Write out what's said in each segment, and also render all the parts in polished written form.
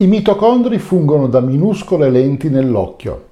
I mitocondri fungono da minuscole lenti nell'occhio.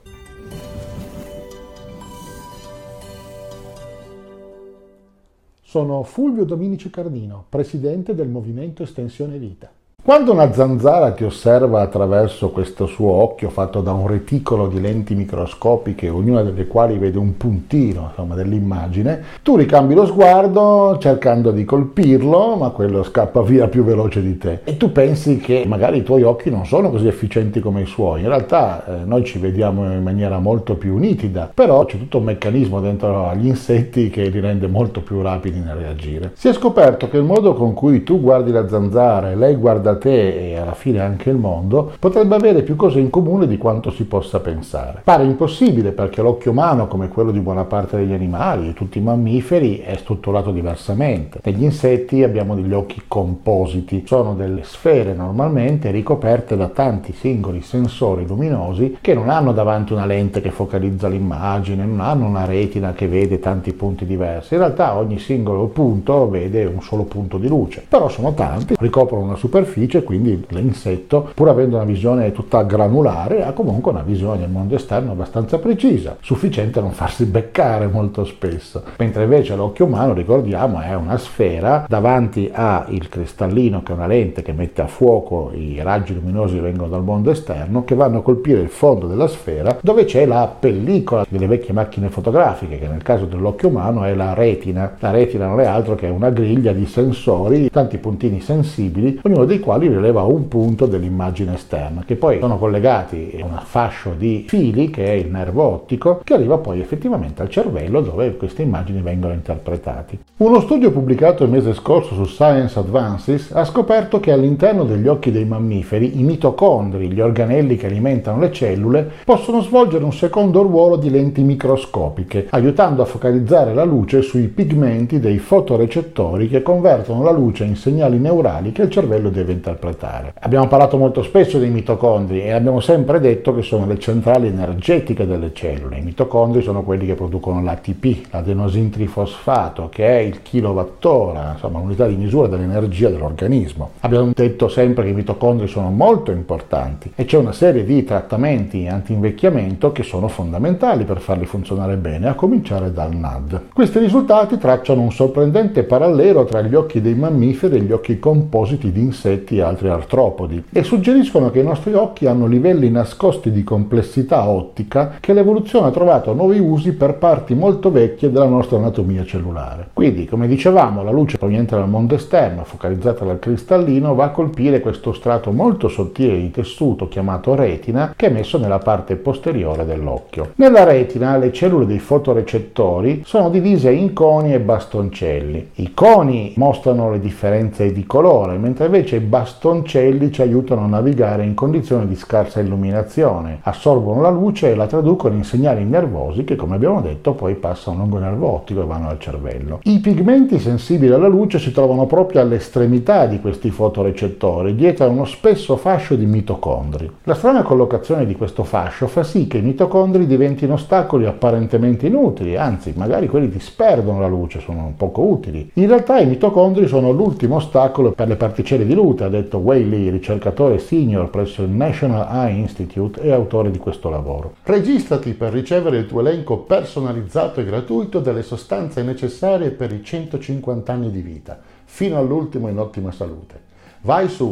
Sono Fulvio Dominici Cardino, presidente del Movimento Estensione Vita. Quando una zanzara ti osserva attraverso questo suo occhio fatto da un reticolo di lenti microscopiche, ognuna delle quali vede un puntino, dell'immagine, tu ricambi lo sguardo cercando di colpirlo, ma quello scappa via più veloce di te. E tu pensi che magari i tuoi occhi non sono così efficienti come i suoi. In realtà noi ci vediamo in maniera molto più nitida, però c'è tutto un meccanismo dentro agli insetti che li rende molto più rapidi nel reagire. Si è scoperto che il modo con cui tu guardi la zanzara e lei guarda te e alla fine anche il mondo potrebbe avere più cose in comune di quanto si possa pensare. Pare impossibile perché l'occhio umano, come quello di buona parte degli animali e tutti i mammiferi, è strutturato diversamente. Negli insetti abbiamo degli occhi compositi, sono delle sfere normalmente ricoperte da tanti singoli sensori luminosi che non hanno davanti una lente che focalizza l'immagine, non hanno una retina che vede tanti punti diversi. In realtà ogni singolo punto vede un solo punto di luce, però sono tanti, ricoprono una superficie, quindi l'insetto, pur avendo una visione tutta granulare, ha comunque una visione del mondo esterno abbastanza precisa, sufficiente a non farsi beccare molto spesso. Mentre invece l'occhio umano, ricordiamo, è una sfera davanti al cristallino, che è una lente che mette a fuoco i raggi luminosi che vengono dal mondo esterno, che vanno a colpire il fondo della sfera, dove c'è la pellicola delle vecchie macchine fotografiche, che nel caso dell'occhio umano è la retina. La retina non è altro che una griglia di sensori, tanti puntini sensibili, ognuno dei quali rileva un punto dell'immagine esterna, che poi sono collegati a un fascio di fili che è il nervo ottico, che arriva poi effettivamente al cervello, dove queste immagini vengono interpretate. Uno studio pubblicato il mese scorso su Science Advances ha scoperto che all'interno degli occhi dei mammiferi i mitocondri, gli organelli che alimentano le cellule, possono svolgere un secondo ruolo di lenti microscopiche, aiutando a focalizzare la luce sui pigmenti dei fotorecettori che convertono la luce in segnali neurali che il cervello deve interpretare. Abbiamo parlato molto spesso dei mitocondri e abbiamo sempre detto che sono le centrali energetiche delle cellule. I mitocondri sono quelli che producono l'ATP, l'adenosintrifosfato, che è il kilowattora, insomma l'unità di misura dell'energia dell'organismo. Abbiamo detto sempre che i mitocondri sono molto importanti e c'è una serie di trattamenti anti-invecchiamento che sono fondamentali per farli funzionare bene, a cominciare dal NAD. Questi risultati tracciano un sorprendente parallelo tra gli occhi dei mammiferi e gli occhi compositi di insetti e altri artropodi e suggeriscono che i nostri occhi hanno livelli nascosti di complessità ottica che l'evoluzione ha trovato nuovi usi per parti molto vecchie della nostra anatomia cellulare. Quindi, come dicevamo, la luce proveniente dal mondo esterno, focalizzata dal cristallino, va a colpire questo strato molto sottile di tessuto chiamato retina, che è messo nella parte posteriore dell'occhio. Nella retina le cellule dei fotorecettori sono divise in coni e bastoncelli. I coni mostrano le differenze di colore, mentre invece i bastoncelli ci aiutano a navigare in condizioni di scarsa illuminazione, assorbono la luce e la traducono in segnali nervosi che, come abbiamo detto, poi passano lungo il nervo ottico e vanno al cervello. I pigmenti sensibili alla luce si trovano proprio all'estremità di questi fotorecettori, dietro a uno spesso fascio di mitocondri. La strana collocazione di questo fascio fa sì che i mitocondri diventino ostacoli apparentemente inutili, anzi magari quelli disperdono la luce, sono poco utili. In realtà i mitocondri sono l'ultimo ostacolo per le particelle di luce, ha detto Wei Li, ricercatore senior presso il National Eye Institute e autore di questo lavoro. Registrati per ricevere il tuo elenco personalizzato e gratuito delle sostanze necessarie per i 150 anni di vita, fino all'ultimo in ottima salute. Vai su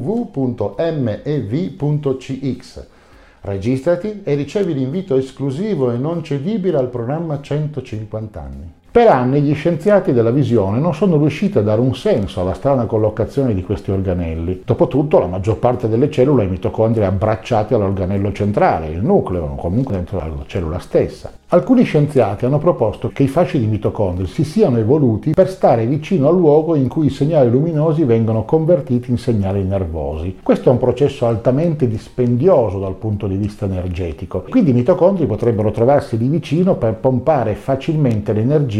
www.mev.cx, registrati e ricevi l'invito esclusivo e non cedibile al programma 150 anni. Per anni gli scienziati della visione non sono riusciti a dare un senso alla strana collocazione di questi organelli. Dopotutto la maggior parte delle cellule ha i mitocondri abbracciati all'organello centrale, il nucleo, o comunque dentro la cellula stessa. Alcuni scienziati hanno proposto che i fasci di mitocondri si siano evoluti per stare vicino al luogo in cui i segnali luminosi vengono convertiti in segnali nervosi. Questo è un processo altamente dispendioso dal punto di vista energetico, quindi i mitocondri potrebbero trovarsi lì vicino per pompare facilmente l'energia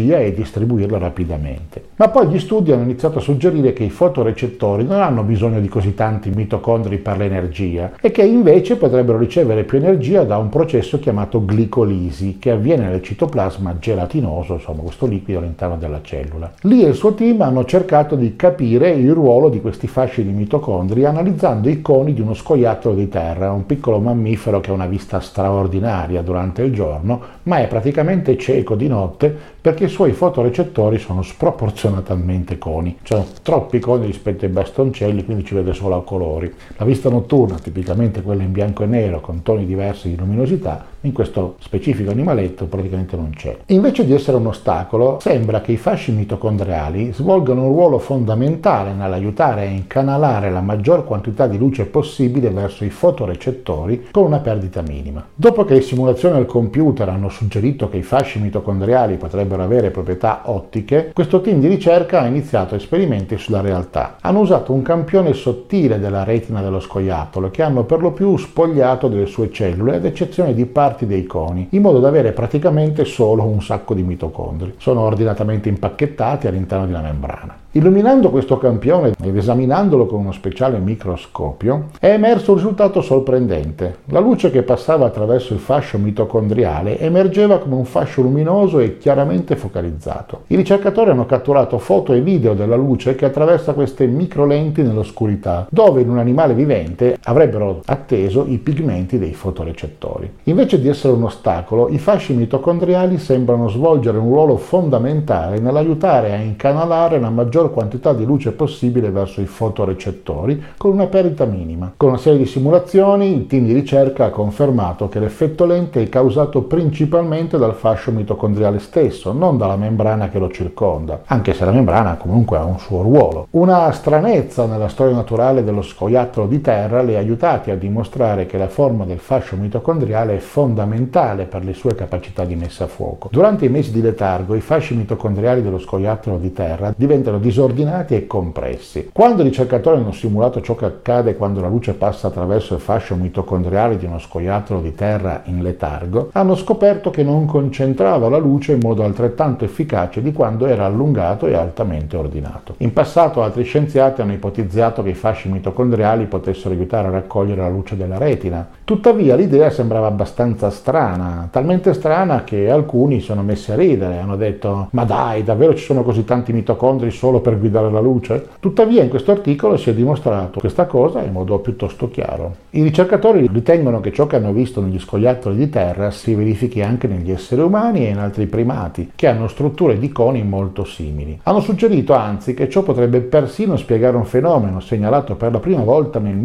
energia e distribuirla rapidamente. Ma poi gli studi hanno iniziato a suggerire che i fotorecettori non hanno bisogno di così tanti mitocondri per l'energia e che invece potrebbero ricevere più energia da un processo chiamato glicolisi, che avviene nel citoplasma gelatinoso, insomma questo liquido all'interno della cellula. Lì e il suo team hanno cercato di capire il ruolo di questi fasci di mitocondri analizzando i coni di uno scoiattolo di terra, un piccolo mammifero che ha una vista straordinaria durante il giorno, ma è praticamente cieco di notte perché i suoi fotorecettori sono sproporzionatamente coni, cioè troppi coni rispetto ai bastoncelli, quindi ci vede solo a colori. La vista notturna, tipicamente quella in bianco e nero con toni diversi di luminosità, in questo specifico animaletto praticamente non c'è. Invece di essere un ostacolo, sembra che i fasci mitocondriali svolgano un ruolo fondamentale nell'aiutare a incanalare la maggior quantità di luce possibile verso i fotorecettori con una perdita minima. Dopo che le simulazioni al computer hanno suggerito che i fasci mitocondriali potrebbero avere proprietà ottiche, questo team di ricerca ha iniziato esperimenti sulla realtà. Hanno usato un campione sottile della retina dello scoiattolo che hanno per lo più spogliato delle sue cellule, ad eccezione di parti dei coni, in modo da avere praticamente solo un sacco di mitocondri. Sono ordinatamente impacchettati all'interno di una membrana. Illuminando questo campione ed esaminandolo con uno speciale microscopio, è emerso un risultato sorprendente. La luce che passava attraverso il fascio mitocondriale emergeva come un fascio luminoso e chiaramente focalizzato. I ricercatori hanno catturato foto e video della luce che attraversa queste microlenti nell'oscurità, dove in un animale vivente avrebbero atteso i pigmenti dei fotorecettori. Invece di essere un ostacolo, i fasci mitocondriali sembrano svolgere un ruolo fondamentale nell'aiutare a incanalare la maggior quantità di luce possibile verso i fotorecettori con una perdita minima. Con una serie di simulazioni il team di ricerca ha confermato che l'effetto lente è causato principalmente dal fascio mitocondriale stesso, non dalla membrana che lo circonda, anche se la membrana comunque ha un suo ruolo. Una stranezza nella storia naturale dello scoiattolo di terra le ha aiutati a dimostrare che la forma del fascio mitocondriale è fondamentale per le sue capacità di messa a fuoco. Durante i mesi di letargo i fasci mitocondriali dello scoiattolo di terra diventano disordinati e compressi. Quando i ricercatori hanno simulato ciò che accade quando la luce passa attraverso il fascio mitocondriale di uno scoiattolo di terra in letargo, hanno scoperto che non concentrava la luce in modo altrettanto efficace di quando era allungato e altamente ordinato. In passato altri scienziati hanno ipotizzato che i fasci mitocondriali potessero aiutare a raccogliere la luce della retina. Tuttavia l'idea sembrava abbastanza strana, talmente strana che alcuni sono messi a ridere, hanno detto: ma dai, davvero ci sono così tanti mitocondri solo per guidare la luce? Tuttavia in questo articolo si è dimostrato questa cosa in modo piuttosto chiaro. I ricercatori ritengono che ciò che hanno visto negli scoiattoli di terra si verifichi anche negli esseri umani e in altri primati, che hanno strutture di coni molto simili. Hanno suggerito anzi che ciò potrebbe persino spiegare un fenomeno segnalato per la prima volta nel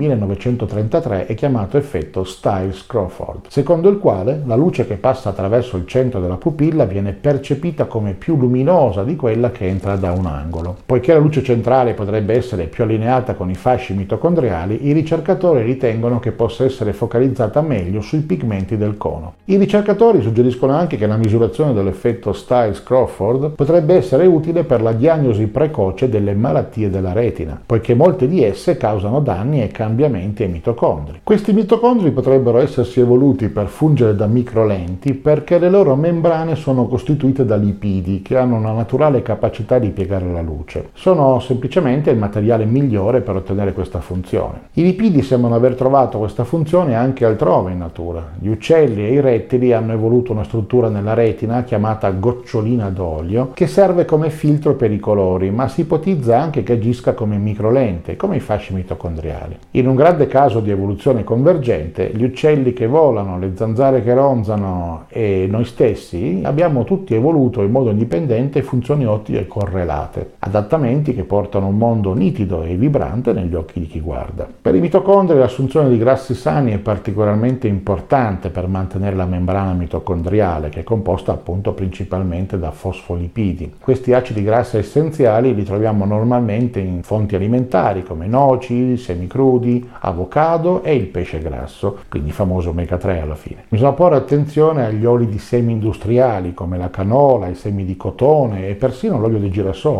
1933 e chiamato effetto Stiles-Crawford, secondo il quale la luce che passa attraverso il centro della pupilla viene percepita come più luminosa di quella che entra da un angolo. Poiché la luce centrale potrebbe essere più allineata con i fasci mitocondriali, i ricercatori ritengono che possa essere focalizzata meglio sui pigmenti del cono. I ricercatori suggeriscono anche che la misurazione dell'effetto Stiles-Crawford potrebbe essere utile per la diagnosi precoce delle malattie della retina, poiché molte di esse causano danni e cambiamenti ai mitocondri. Questi mitocondri potrebbero essersi evoluti per fungere da microlenti perché le loro membrane sono costituite da lipidi che hanno una naturale capacità di piegare la luce. Sono semplicemente il materiale migliore per ottenere questa funzione. I lipidi sembrano aver trovato questa funzione anche altrove in natura. Gli uccelli e i rettili hanno evoluto una struttura nella retina chiamata gocciolina d'olio che serve come filtro per i colori, ma si ipotizza anche che agisca come microlente, come i fasci mitocondriali. In un grande caso di evoluzione convergente, gli uccelli che volano, le zanzare che ronzano e noi stessi abbiamo tutti evoluto in modo indipendente funzioni ottiche correlate, adattamenti che portano un mondo nitido e vibrante negli occhi di chi guarda. Per i mitocondri l'assunzione di grassi sani è particolarmente importante per mantenere la membrana mitocondriale, che è composta appunto principalmente da fosfolipidi. Questi acidi grassi essenziali li troviamo normalmente in fonti alimentari come noci, semicrudi, avocado e il pesce grasso, quindi il famoso omega 3 alla fine. Bisogna porre attenzione agli oli di semi industriali come la canola, i semi di cotone e persino l'olio di girasole. Questi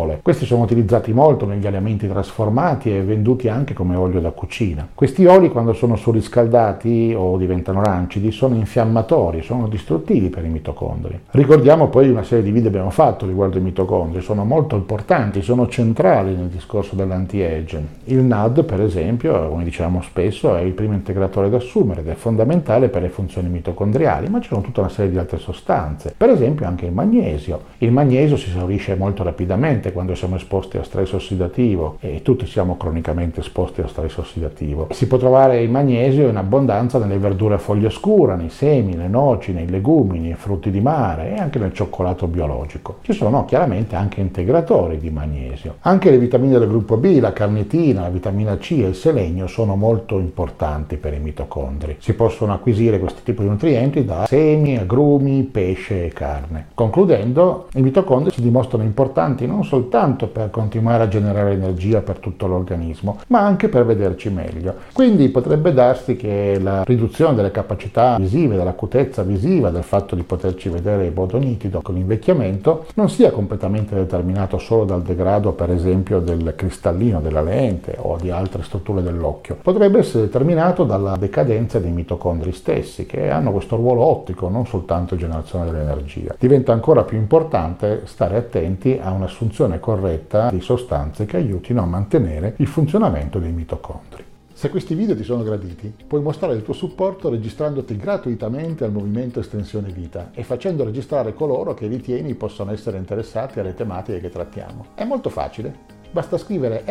sono utilizzati molto negli alimenti trasformati e venduti anche come olio da cucina. Questi oli, quando sono surriscaldati o diventano rancidi, sono infiammatori, sono distruttivi per i mitocondri. Ricordiamo poi una serie di video che abbiamo fatto riguardo i mitocondri, sono molto importanti, sono centrali nel discorso dell'anti-age. Il NAD, per esempio, come diciamo spesso, è il primo integratore da assumere ed è fondamentale per le funzioni mitocondriali, ma ci sono tutta una serie di altre sostanze, per esempio anche il magnesio. Il magnesio si esaurisce molto rapidamente quando siamo esposti a stress ossidativo e tutti siamo cronicamente esposti a stress ossidativo. Si può trovare il magnesio in abbondanza nelle verdure a foglia scura, nei semi, nelle noci, nei legumi, nei frutti di mare e anche nel cioccolato biologico. Ci sono chiaramente anche integratori di magnesio. Anche le vitamine del gruppo B, la carnitina, la vitamina C e il selenio sono molto importanti per i mitocondri. Si possono acquisire questi tipi di nutrienti da semi, agrumi, pesce e carne. Concludendo, i mitocondri si dimostrano importanti non soltanto per continuare a generare energia per tutto l'organismo, ma anche per vederci meglio. Quindi potrebbe darsi che la riduzione delle capacità visive, dell'acutezza visiva, del fatto di poterci vedere in modo nitido con l'invecchiamento, non sia completamente determinato solo dal degrado, per esempio, del cristallino della lente o di altre strutture dell'occhio. Potrebbe essere determinato dalla decadenza dei mitocondri stessi, che hanno questo ruolo ottico, non soltanto di generazione dell'energia. Diventa ancora più importante stare attenti a un'assunzione corretta di sostanze che aiutino a mantenere il funzionamento dei mitocondri. Se questi video ti sono graditi, puoi mostrare il tuo supporto registrandoti gratuitamente al Movimento Estensione Vita e facendo registrare coloro che ritieni possano essere interessati alle tematiche che trattiamo. È molto facile. Basta scrivere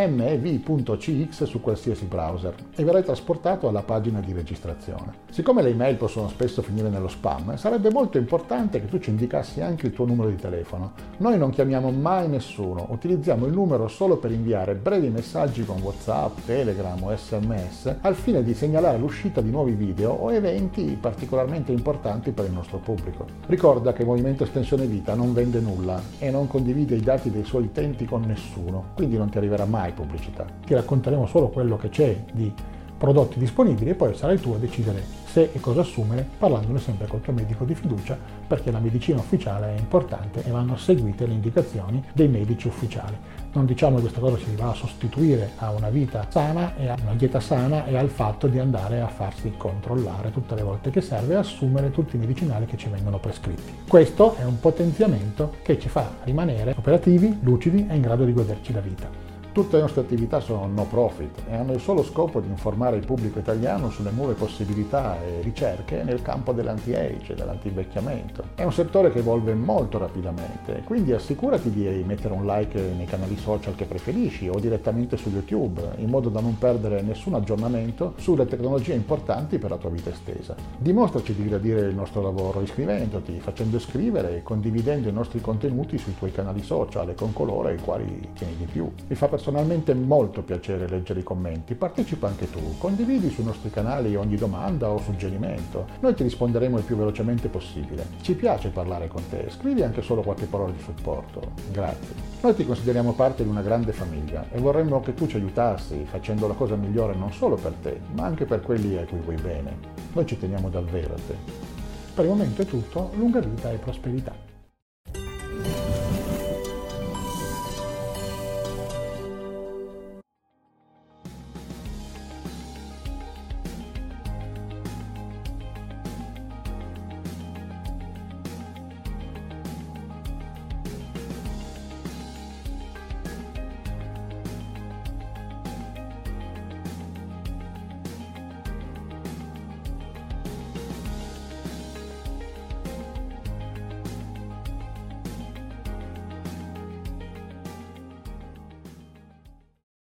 mev.cx su qualsiasi browser e verrai trasportato alla pagina di registrazione. Siccome le email possono spesso finire nello spam, sarebbe molto importante che tu ci indicassi anche il tuo numero di telefono. Noi non chiamiamo mai nessuno, utilizziamo il numero solo per inviare brevi messaggi con WhatsApp, Telegram o SMS al fine di segnalare l'uscita di nuovi video o eventi particolarmente importanti per il nostro pubblico. Ricorda che il Movimento Estensione Vita non vende nulla e non condivide i dati dei suoi utenti con nessuno, quindi non ti arriverà mai pubblicità. Ti racconteremo solo quello che c'è di prodotti disponibili e poi sarai tu a decidere se e cosa assumere, parlandone sempre col tuo medico di fiducia, perché la medicina ufficiale è importante e vanno seguite le indicazioni dei medici ufficiali. Non diciamo che questa cosa si va a sostituire a una vita sana e a una dieta sana e al fatto di andare a farsi controllare tutte le volte che serve e assumere tutti i medicinali che ci vengono prescritti. Questo è un potenziamento che ci fa rimanere operativi, lucidi e in grado di goderci la vita. Tutte le nostre attività sono no profit e hanno il solo scopo di informare il pubblico italiano sulle nuove possibilità e ricerche nel campo dell'anti-age, dell'antivecchiamento. È un settore che evolve molto rapidamente, quindi assicurati di mettere un like nei canali social che preferisci o direttamente su YouTube, in modo da non perdere nessun aggiornamento sulle tecnologie importanti per la tua vita estesa. Dimostraci di gradire il nostro lavoro iscrivendoti, facendo iscrivere e condividendo i nostri contenuti sui tuoi canali social e con coloro ai quali tieni di più. Mi fa personalmente molto piacere leggere i commenti, partecipa anche tu, condividi sui nostri canali ogni domanda o suggerimento, noi ti risponderemo il più velocemente possibile. Ci piace parlare con te, scrivi anche solo qualche parola di supporto, grazie. Noi ti consideriamo parte di una grande famiglia e vorremmo che tu ci aiutassi facendo la cosa migliore non solo per te, ma anche per quelli a cui vuoi bene. Noi ci teniamo davvero a te. Per il momento è tutto, lunga vita e prosperità.